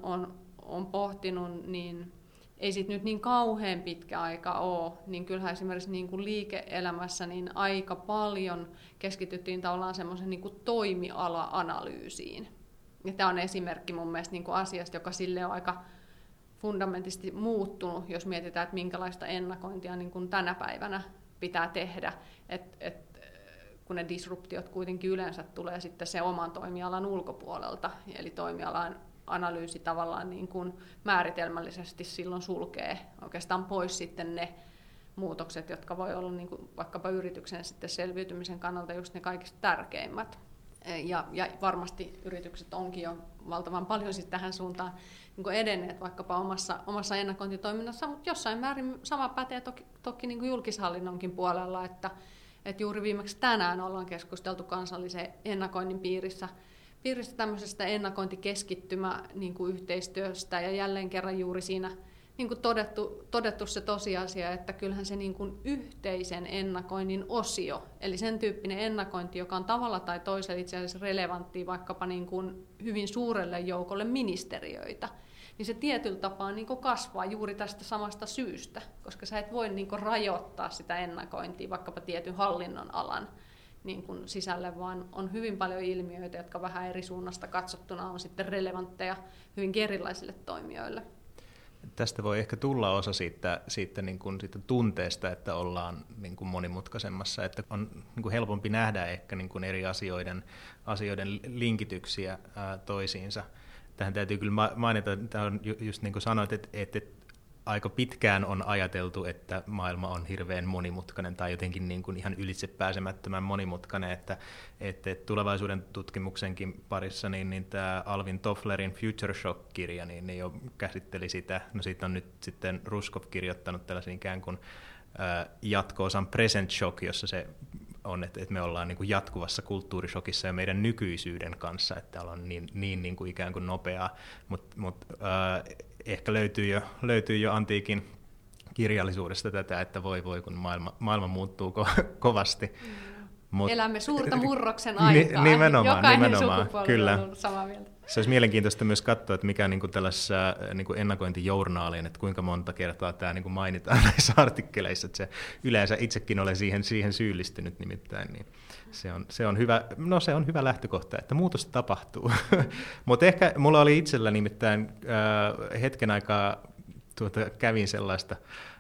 on pohtinut, niin ei sit nyt niin kauhean pitkä aika ole, niin kyllähän esimerkiksi niin kuin liike-elämässä niin aika paljon keskityttiin tavallaan semmoisen niin kuin toimiala-analyysiin. Ja tämä on esimerkki mun mielestä niin kuin asiasta, joka sille on aika fundamentisesti muuttunut, jos mietitään, että minkälaista ennakointia niin kuin tänä päivänä pitää tehdä. Kun ne disruptiot kuitenkin yleensä tulee sitten se oman toimialan ulkopuolelta, eli toimialan analyysi tavallaan niin kuin määritelmällisesti silloin sulkee oikeastaan pois sitten ne muutokset, jotka voi olla niin kuin vaikkapa yrityksen sitten selviytymisen kannalta just ne kaikista tärkeimmät. Ja varmasti yritykset onkin jo valtavan paljon siis tähän suuntaan niin kuin edenneet vaikkapa omassa ennakointitoiminnassa, mutta jossain määrin sama pätee toki niin kuin julkishallinnonkin puolella, että juuri viimeksi tänään ollaan keskusteltu kansallisen ennakoinnin piirissä tämmöisestä ennakointikeskittymä niin kuin yhteistyöstä ja jälleen kerran juuri siinä niin kuin todettu se tosiasia, että kyllähän se niin kuin yhteisen ennakoinnin osio, eli sen tyyppinen ennakointi, joka on tavalla tai toisella itse asiassa relevanttia vaikkapa niin kuin hyvin suurelle joukolle ministeriöitä, niin se tietyllä tapaa niin kuin kasvaa juuri tästä samasta syystä, koska sä et voi niin kuin rajoittaa sitä ennakointia vaikkapa tietyn hallinnon alan niin kuin sisälle, vaan on hyvin paljon ilmiöitä, jotka vähän eri suunnasta katsottuna on sitten relevantteja hyvin erilaisille toimijoille. Tästä voi ehkä tulla osa siitä tunteesta, että ollaan niin kuin monimutkaisemmassa, että on niin kuin helpompi nähdä ehkä niin kuin eri asioiden linkityksiä toisiinsa. Tähän täytyy kyllä mainita, että on just niin kuin sanoit, että aika pitkään on ajateltu, että maailma on hirveän monimutkainen tai jotenkin niin kuin ihan ylitsepääsemättömän monimutkainen, että tulevaisuuden tutkimuksenkin parissa niin tämä Alvin Tofflerin Future Shock-kirja, niin ne jo käsitteli sitä. No siitä on nyt sitten Ruskov kirjoittanut tällaisen ikään kuin jatko-osan Present Shock, jossa se on, että me ollaan niin kuin jatkuvassa kulttuurishokissa ja meidän nykyisyyden kanssa, että ollaan niin kuin ikään kuin nopeaa, mutta ehkä löytyy jo antiikin kirjallisuudesta tätä, että voi kun maailma muuttuu kovasti. Elämme suurta murroksen aikaa. Nimenomaan, jokainen sukupolvi kyllä. on ollut samaa mieltä. Se olisi mielenkiintoista myös katsoa, että mikä niin kuin tällaisessa niin kuin ennakointijournaalien, että kuinka monta kertaa tämä niin kuin mainitaan näissä artikkeleissa, että se yleensä itsekin olen siihen syyllistynyt nimittäin, niin se on hyvä lähtökohta, että muutos tapahtuu. Mutta ehkä mulla oli itsellä nimittäin hetken aikaa kävin sellaista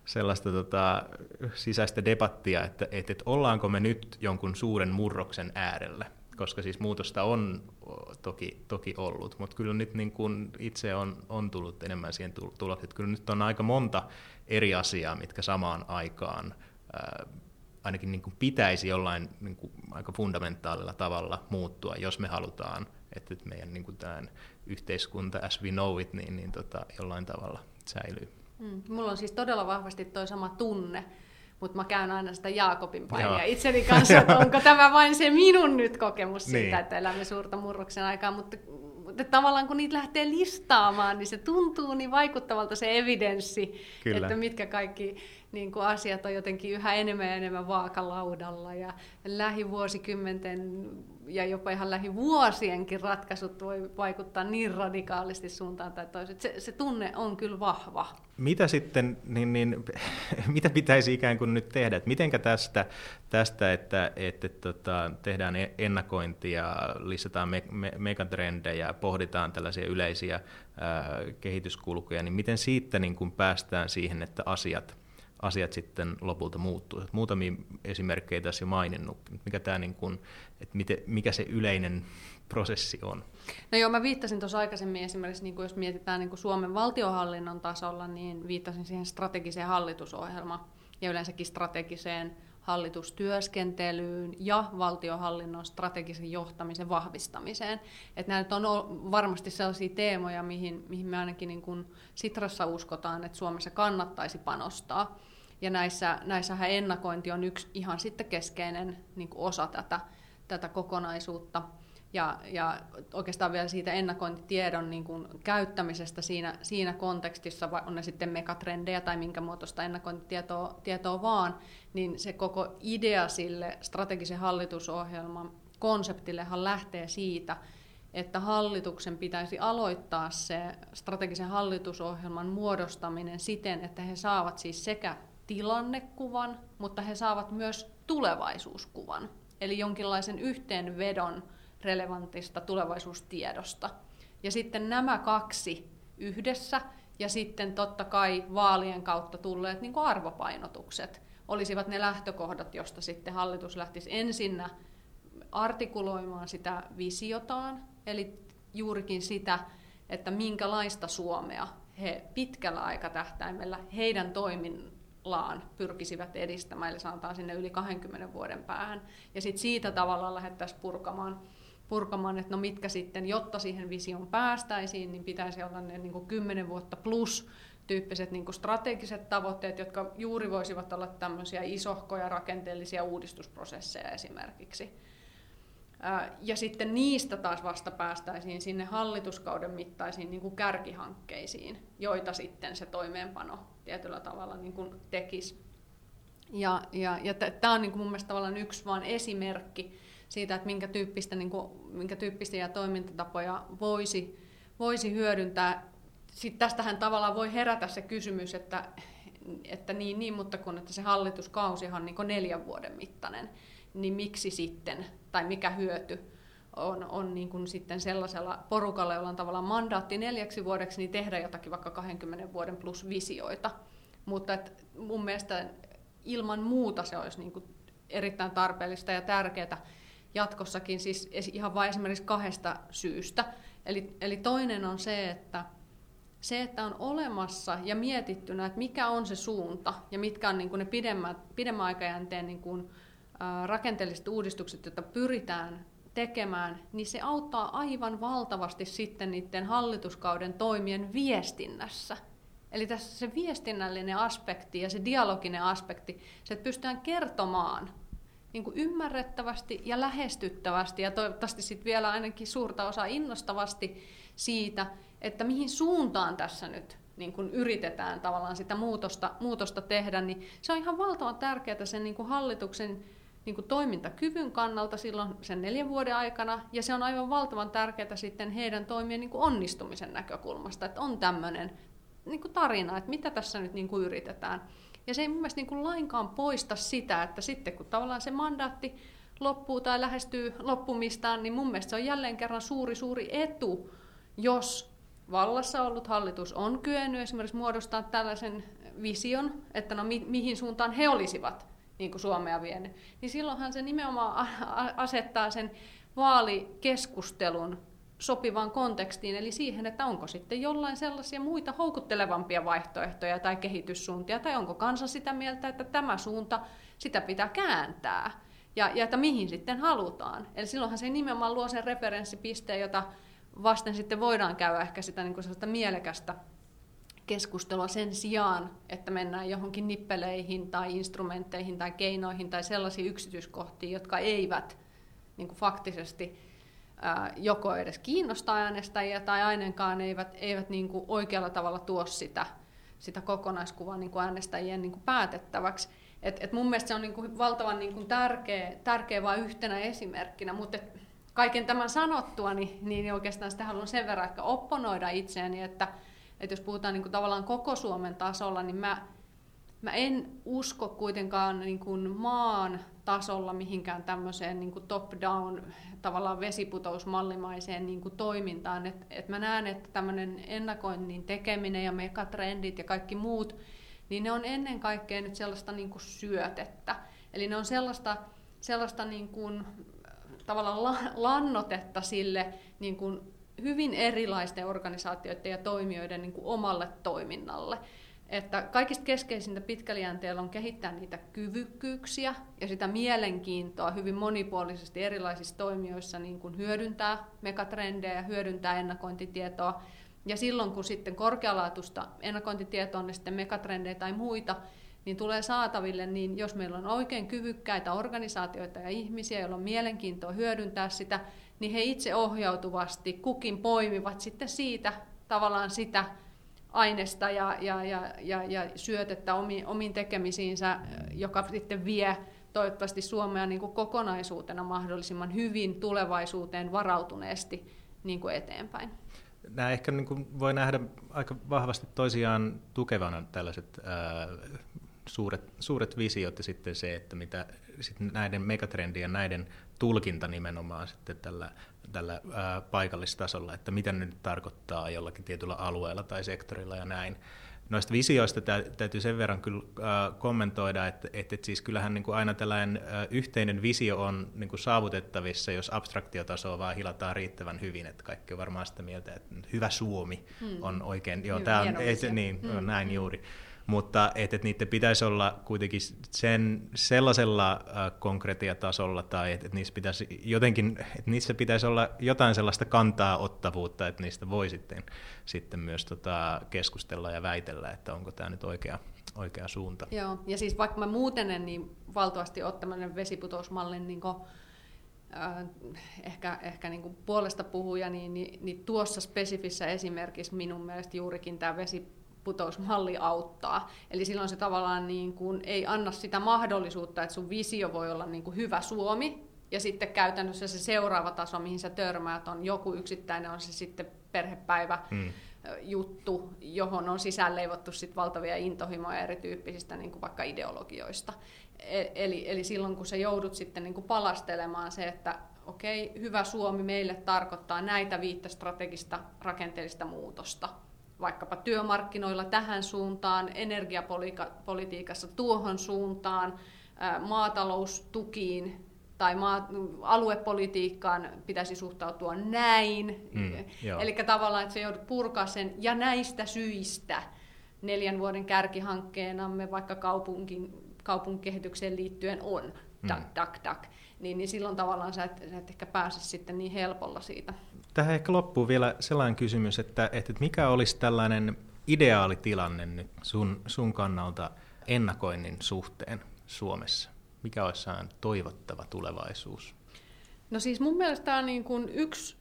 sisäistä debattia, että ollaanko me nyt jonkun suuren murroksen äärellä, koska siis muutosta on toki ollut, mutta kyllä nyt niin kuin itse on tullut enemmän siihen tulokseen, että kyllä nyt on aika monta eri asiaa, mitkä samaan aikaan ainakin niin kuin pitäisi jollain niin kuin aika fundamentaalilla tavalla muuttua, jos me halutaan, että meidän niin kuin tämän yhteiskunta as we know it, niin jollain tavalla säilyy. Mulla on siis todella vahvasti toi sama tunne, mutta mä käyn aina sitä Jaakobin painia itseni kanssa, että onko tämä vain se minun nyt kokemus siitä, että elämme suurta murroksen aikaa, mutta tavallaan kun niitä lähtee listaamaan, niin se tuntuu niin vaikuttavalta se evidenssi, että mitkä kaikki niin kuin asiat on jotenkin yhä enemmän ja enemmän vaakalaudalla ja lähivuosikymmenten ja jopa ihan lähivuosienkin ratkaisut voi vaikuttaa niin radikaalisti suuntaan tai toiseen. Se tunne on kyllä vahva. Mitä sitten, mitä pitäisi ikään kuin nyt tehdä? Että mitenkä tästä että tehdään ennakointia, lisätään megatrendejä, pohditaan tällaisia yleisiä kehityskulkuja, niin miten siitä niin kuin päästään siihen, että asiat sitten lopulta muuttuu? Muutamia esimerkkejä tässä jo maininnut. Mikä se yleinen prosessi on? No joo, mä viittasin tuossa aikaisemmin esimerkiksi, niin jos mietitään niin Suomen valtionhallinnon tasolla, niin viittasin siihen strategiseen hallitusohjelmaan ja yleensäkin strategiseen hallitustyöskentelyyn ja valtionhallinnon strategisen johtamisen vahvistamiseen. Että nämä nyt on varmasti sellaisia teemoja, mihin me ainakin niin kuin Sitrassa uskotaan, että Suomessa kannattaisi panostaa. Ja näissähän ennakointi on yksi ihan sitten keskeinen niin kuin osa tätä kokonaisuutta. Ja oikeastaan vielä siitä ennakointitiedon niin kuin käyttämisestä siinä kontekstissa, on ne sitten megatrendejä tai minkä muotoista ennakointitietoa vaan, niin se koko idea sille strategisen hallitusohjelman konseptillehan lähtee siitä, että hallituksen pitäisi aloittaa se strategisen hallitusohjelman muodostaminen siten, että he saavat siis sekä tilannekuvan, mutta he saavat myös tulevaisuuskuvan, eli jonkinlaisen yhteenvedon relevantista tulevaisuustiedosta. Ja sitten nämä kaksi yhdessä ja sitten totta kai vaalien kautta tulleet niin kuin arvopainotukset olisivat ne lähtökohdat, josta sitten hallitus lähtisi ensinnä artikuloimaan sitä visiotaan, eli juurikin sitä, että minkälaista Suomea he pitkällä aikatahtäimellä heidän toimillaan pyrkisivät edistämään, eli sanotaan sinne yli 20 vuoden päähän. Ja sitten siitä tavallaan lähdettäisiin purkamaan, että no mitkä sitten, jotta siihen visioon päästäisiin, niin pitäisi olla ne niin kuin 10 vuotta plus tyyppiset niin kuin strategiset tavoitteet, jotka juuri voisivat olla tämmöisiä isohkoja rakenteellisia uudistusprosesseja esimerkiksi. Ja sitten niistä taas vasta päästäisiin sinne hallituskauden mittaisiin niin kuin kärkihankkeisiin, joita sitten se toimeenpano tietyllä tavalla niin kuin tekisi. Ja tämä on niin kuin mun mielestä tavallaan yksi vaan esimerkki siitä, että minkä tyyppisiä toimintatapoja voisi hyödyntää. Sitten tästähän tavallaan voi herätä se kysymys, että niin, mutta kun että se hallituskausihan on niin kuin 4 vuoden mittainen, niin miksi sitten, tai mikä hyöty on niin kuin sitten sellaisella porukalla, jolla on tavallaan mandaatti 4 vuodeksi, niin tehdä jotakin vaikka 20 vuoden plus visioita. Mutta mun mielestä ilman muuta se olisi niin kuin erittäin tarpeellista ja tärkeää jatkossakin, siis ihan vain esimerkiksi 2 syystä. Eli toinen on se, että on olemassa ja mietittynä, että mikä on se suunta ja mitkä on niin kuin ne pidemmän aikajänteen niin kuin rakenteelliset uudistukset, joita pyritään tekemään, niin se auttaa aivan valtavasti sitten niiden hallituskauden toimien viestinnässä. Eli tässä se viestinnällinen aspekti ja se dialoginen aspekti, se että pystytään kertomaan niin kuin ymmärrettävästi ja lähestyttävästi ja toivottavasti sitten vielä ainakin suurta osaa innostavasti siitä, että mihin suuntaan tässä nyt niin kuin yritetään tavallaan sitä muutosta tehdä, niin se on ihan valtavan tärkeää sen niin kuin hallituksen niin kuin toimintakyvyn kannalta silloin sen 4 vuoden aikana, ja se on aivan valtavan tärkeää sitten heidän toimien niin kuin onnistumisen näkökulmasta, että on tämmöinen niin kuin tarina, että mitä tässä nyt niin kuin yritetään. Ja se ei mun mielestä niin kuin lainkaan poista sitä, että sitten kun tavallaan se mandaatti loppuu tai lähestyy loppumistaan, niin mun mielestä se on jälleen kerran suuri etu, jos vallassa ollut hallitus on kyennyt esimerkiksi muodostaa tällaisen vision, että no mihin suuntaan he olisivat niin kuin Suomea viennyt, niin silloinhan se nimenomaan asettaa sen vaalikeskustelun sopivaan kontekstiin, eli siihen, että onko sitten jollain sellaisia muita houkuttelevampia vaihtoehtoja tai kehityssuuntia, tai onko kansa sitä mieltä, että tämä suunta, sitä pitää kääntää, ja että mihin sitten halutaan. Eli silloinhan se nimenomaan luo sen referenssipisteen, jota vasten sitten voidaan käydä ehkä sitä niin kuin sellaista mielekästä keskustelua sen sijaan, että mennään johonkin nippeleihin tai instrumentteihin tai keinoihin tai sellaisiin yksityiskohtiin, jotka eivät niin kuin faktisesti joko edes kiinnosta äänestäjiä tai ainakaan eivät niin kuin oikealla tavalla tuo sitä kokonaiskuvaa niin kuin äänestäjien niin kuin päätettäväksi. Et mun mielestä se on niin kuin valtavan niin kuin tärkeä vain yhtenä esimerkkinä, mutta kaiken tämän sanottua, niin oikeastaan sitä haluan sen verran ehkä opponoida itseäni, että jos puhutaan niin kuin tavallaan koko Suomen tasolla, niin mä en usko kuitenkaan niin kuin maan tasolla mihinkään tämmöiseen niin kuin top-down tavallaan vesiputousmallimaiseen niin kuin toimintaan. Et mä näen, että tämmöinen ennakoinnin tekeminen ja megatrendit ja kaikki muut, niin ne on ennen kaikkea nyt sellaista niin kuin syötettä. Eli ne on sellaista niin kuin, tavallaan lannotetta sille niin kuin hyvin erilaisten organisaatioiden ja toimijoiden niin kuin omalle toiminnalle. Että kaikista keskeisintä pitkällä jänteellä on kehittää niitä kyvykkyyksiä ja sitä mielenkiintoa hyvin monipuolisesti erilaisissa toimijoissa niin kuin hyödyntää megatrendejä ja hyödyntää ennakointitietoa. Ja silloin kun sitten korkealaatuista ennakointitietoa on sitten megatrendejä tai muita, niin tulee saataville, niin jos meillä on oikein kyvykkäitä organisaatioita ja ihmisiä, joilla on mielenkiintoa hyödyntää sitä, niin he itse ohjautuvasti kukin poimivat sitten siitä tavallaan sitä aineesta ja syötettä omiin tekemisiinsä, joka sitten vie toivottavasti Suomea niin kuin kokonaisuutena mahdollisimman hyvin tulevaisuuteen varautuneesti niin kuin eteenpäin. Nämä ehkä niin kuin voi nähdä aika vahvasti toisiaan tukevana tällaiset suuret visiot ja sitten se, että mitä sitten näiden megatrendien näiden tulkinta nimenomaan sitten tällä paikallistasolla, että mitä ne nyt tarkoittaa jollakin tietyllä alueella tai sektorilla ja näin. Noista visioista täytyy sen verran kyllä kommentoida, että siis kyllähän niin kuin aina tällainen yhteinen visio on niin kuin saavutettavissa, jos abstraktiotasoa vaan hilataan riittävän hyvin, että kaikki on varmaan sitä mieltä, että hyvä Suomi on oikein, joo, tämä on näin juuri. Mutta että niiden pitäisi olla kuitenkin sellaisella konkretiatasolla tai että niissä pitäisi olla jotain sellaista kantaa ottavuutta, että niistä voi sitten myös keskustella ja väitellä, että onko tämä nyt oikea suunta. Joo, ja siis vaikka mä muuten en niin valtavasti ole tämmöinen vesiputousmallin niin ehkä niin kuin puolesta puhuja, niin tuossa spesifissä esimerkissä minun mielestä juurikin tämä vesiputousmalli auttaa. Eli silloin se tavallaan niin kuin ei anna sitä mahdollisuutta, että sun visio voi olla niin kuin hyvä Suomi, ja sitten käytännössä se seuraava taso, mihin sä törmäät, on joku yksittäinen, on se sitten perhepäivä, juttu, johon on sisäänleivottu sit valtavia intohimoja erityyppisistä niin kuin vaikka ideologioista. Eli silloin, kun sä joudut sitten niin kuin palastelemaan se, että okei, hyvä Suomi meille tarkoittaa näitä 5 strategista rakenteellista muutosta, vaikkapa työmarkkinoilla tähän suuntaan, energiapolitiikassa tuohon suuntaan, maataloustukiin tai aluepolitiikkaan pitäisi suhtautua näin. Eli tavallaan, että se joudut purkaa sen, ja näistä syistä 4 vuoden kärkihankkeenamme vaikka kaupunkikehitykseen liittyen on niin silloin tavallaan sä et ehkä pääse sitten niin helpolla siitä. Tähän ehkä loppuu vielä sellainen kysymys, että mikä olisi tällainen ideaalitilanne nyt sun kannalta ennakoinnin suhteen Suomessa? Mikä olisi toivottava tulevaisuus? No siis mun mielestä tämä on niin kuin yksi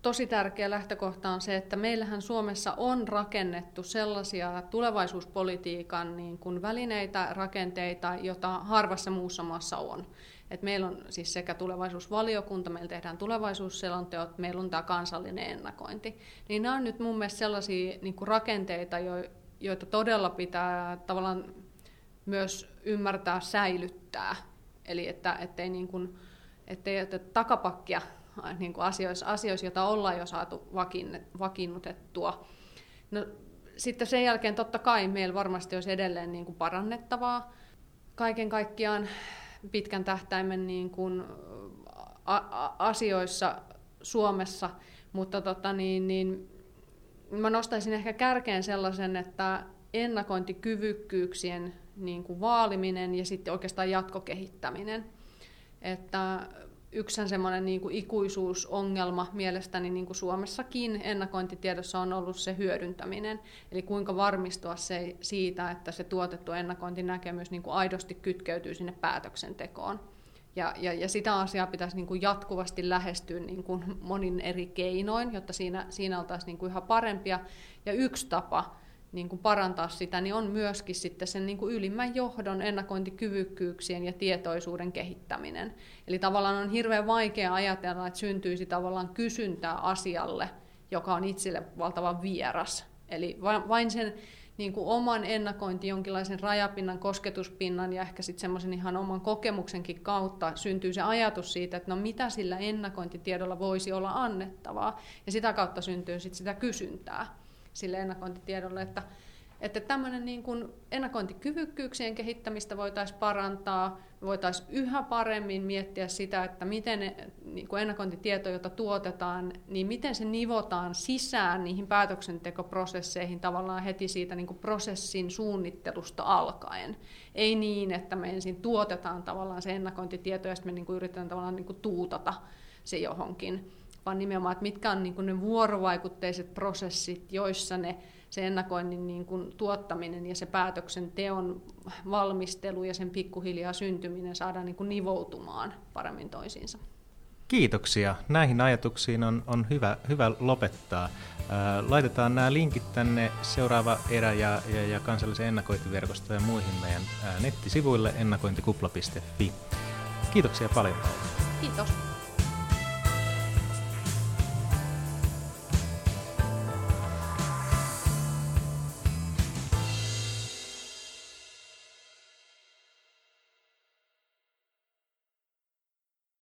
tosi tärkeä lähtökohta on se, että meillähän Suomessa on rakennettu sellaisia tulevaisuuspolitiikan niin kuin välineitä, rakenteita, joita harvassa muussa maassa on. Et meillä on siis sekä tulevaisuusvaliokunta, meillä tehdään tulevaisuusselonteot, meillä on tämä kansallinen ennakointi. Niin nämä on nyt mun mielestä sellaisia niin kuin rakenteita, joita todella pitää tavallaan myös ymmärtää säilyttää. Eli ettei jätetä takapakkia niin kuin asioissa, joita ollaan jo saatu vakiinnutettua. No, sitten sen jälkeen totta kai meillä varmasti olisi edelleen niin kuin parannettavaa. Kaiken kaikkiaan pitkän tähtäimen niin kuin asioissa Suomessa, mutta mä nostaisin ehkä kärkeen sellaisen, että ennakointikyvykkyyksien niin kuin vaaliminen ja sitten oikeastaan jatkokehittäminen. Että yksi semmoinen niin kuin ikuisuusongelma mielestäni niin kuin Suomessakin ennakointitiedossa on ollut se hyödyntäminen. Eli kuinka varmistua siitä, että se tuotettu ennakointinäkemys niin kuin aidosti kytkeytyy sinne päätöksentekoon. Ja sitä asiaa pitäisi niin kuin jatkuvasti lähestyä niin kuin monin eri keinoin, jotta siinä oltaisiin niin kuin ihan parempia. Ja yksi tapa niin kuin parantaa sitä, niin on myöskin sitten sen niin kuin ylimmän johdon ennakointikyvykkyyksien ja tietoisuuden kehittäminen. Eli tavallaan on hirveän vaikea ajatella, että syntyisi tavallaan kysyntää asialle, joka on itselle valtavan vieras. Eli vain sen niin kuin oman ennakointi, jonkinlaisen rajapinnan, kosketuspinnan ja ehkä sitten semmoisen ihan oman kokemuksenkin kautta syntyy se ajatus siitä, että no mitä sillä ennakointitiedolla voisi olla annettavaa. Ja sitä kautta syntyy sitten sitä kysyntää sille ennakointitiedolle, että tämmöinen niin kuin ennakointikyvykkyyksien kehittämistä voitaisiin parantaa, voitaisiin yhä paremmin miettiä sitä, että miten niin kuin ennakointitieto, jota tuotetaan, niin miten se nivotaan sisään niihin päätöksentekoprosesseihin tavallaan heti siitä niin kuin prosessin suunnittelusta alkaen. Ei niin, että me ensin tuotetaan tavallaan se ennakointitieto ja sitten me niin kuin yritetään tavallaan niin kuin tuutata se johonkin, vaan nimenomaan, että mitkä on niin kuin ne vuorovaikutteiset prosessit, joissa se ennakoinnin niin kuin tuottaminen ja se päätöksenteon valmistelu ja sen pikkuhiljaa syntyminen saadaan niin kuin nivoutumaan paremmin toisiinsa. Kiitoksia. Näihin ajatuksiin on hyvä lopettaa. Laitetaan nämä linkit tänne Seuraava erä ja kansallisen ennakointiverkosto ja muihin meidän nettisivuille ennakointikupla.fi. Kiitoksia paljon, Paula. Kiitos.